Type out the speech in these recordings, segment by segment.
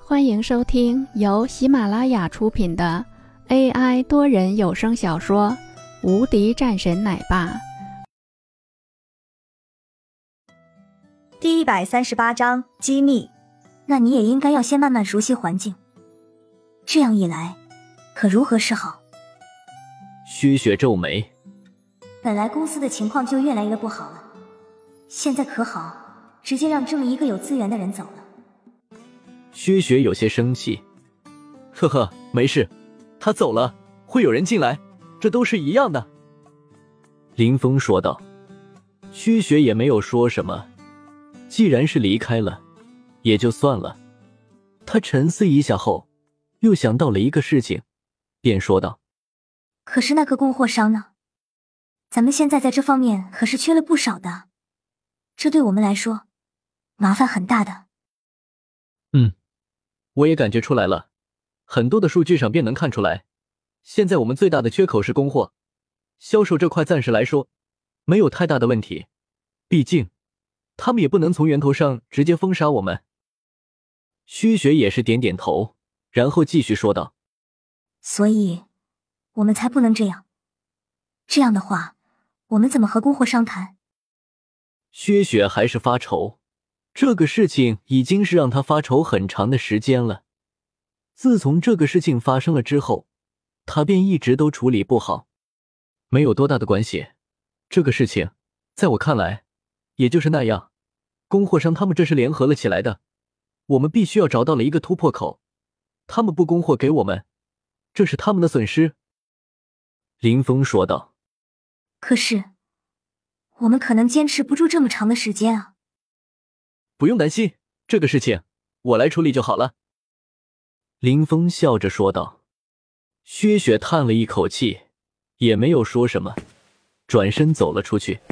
欢迎收听由喜马拉雅出品的 AI 多人有声小说《无敌战神奶爸》 第138章机密。那你也应该要先慢慢熟悉环境，这样一来可如何是好？ 薛雪皱眉， 本来公司的情况就越来越不好了，现在可好，直接让这么一个有资源的人走了。 薛雪有些生气，呵呵，没事，他走了会有人进来，这都是一样的。林峰说道。薛雪也没有说什么，既然是离开了也就算了。他沉思一下后又想到了一个事情，便说道， 可是那个供货商呢？咱们现在在这方面可是缺了不少的，这对我们来说麻烦很大的。 我也感觉出来了，很多的数据上便能看出来，现在我们最大的缺口是供货，销售这块暂时来说没有太大的问题，毕竟他们也不能从源头上直接封杀我们。薛雪也是点点头，然后继续说道， 所以我们才不能这样，这样的话我们怎么和供货商谈？ 薛雪还是发愁，这个事情已经是让他发愁很长的时间了。自从这个事情发生了之后，他便一直都处理不好。没有多大的关系，这个事情在我看来也就是那样，供货商他们这是联合了起来的，我们必须要找到了一个突破口，他们不供货给我们，这是他们的损失。林峰说道。 可是我们可能坚持不住这么长的时间啊。 不用担心，这个事情我来处理就好了。林峰笑着说道。薛雪叹了一口气，也没有说什么，转身走了出去。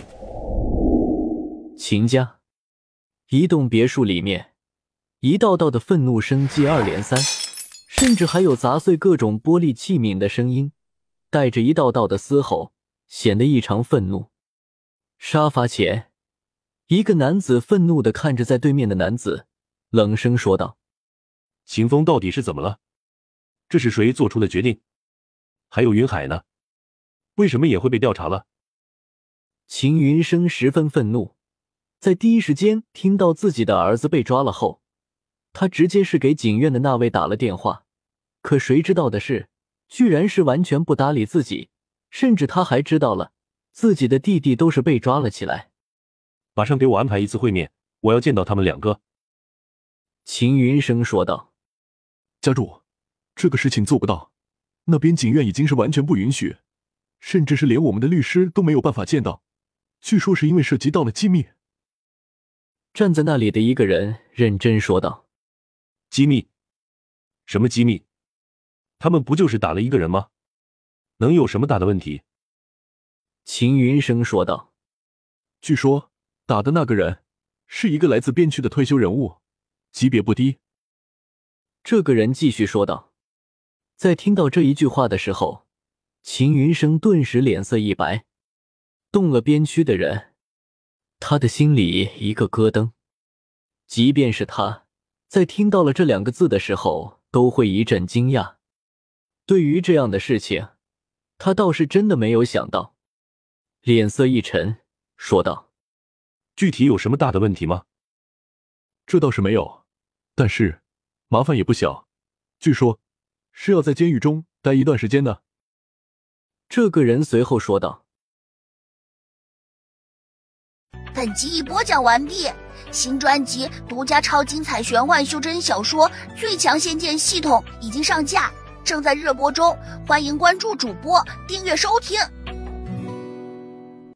秦家一栋别墅里面，一道道的愤怒声接二连三，甚至还有砸碎各种玻璃器皿的声音，带着一道道的嘶吼，显得异常愤怒。沙发前，一个男子愤怒地看着在对面的男子，冷声说道， 秦风到底是怎么了？这是谁做出的决定？还有云海呢？为什么也会被调查了？ 秦云生十分愤怒，在第一时间听到自己的儿子被抓了后，他直接是给警院的那位打了电话，可谁知道的是，居然是完全不搭理自己，甚至他还知道了自己的弟弟都是被抓了起来。 马上给我安排一次会面，我要见到他们两个。 秦云生说道。 家主，这个事情做不到，那边警院已经是完全不允许，甚至是连我们的律师都没有办法见到，据说是因为涉及到了机密。 站在那里的一个人认真说道。 机密？什么机密？他们不就是打了一个人吗？能有什么大的问题？ 秦云生说道。 据说打的那个人是一个来自边区的退休人物，级别不低。 这个人继续说道。在听到这一句话的时候，秦云生顿时脸色一白，动了边区的人，他的心里一个咯噔。即便是他在听到了这两个字的时候都会一阵惊讶，对于这样的事情他倒是真的没有想到。脸色一沉说道， 具体有什么大的问题吗？ 这倒是没有，但是麻烦也不小，据说是要在监狱中待一段时间的。 这个人随后说道。 本集已播讲完毕，新专辑独家超精彩玄幻修真小说《最强仙剑系统》已经上架，正在热播中，欢迎关注主播，订阅收听。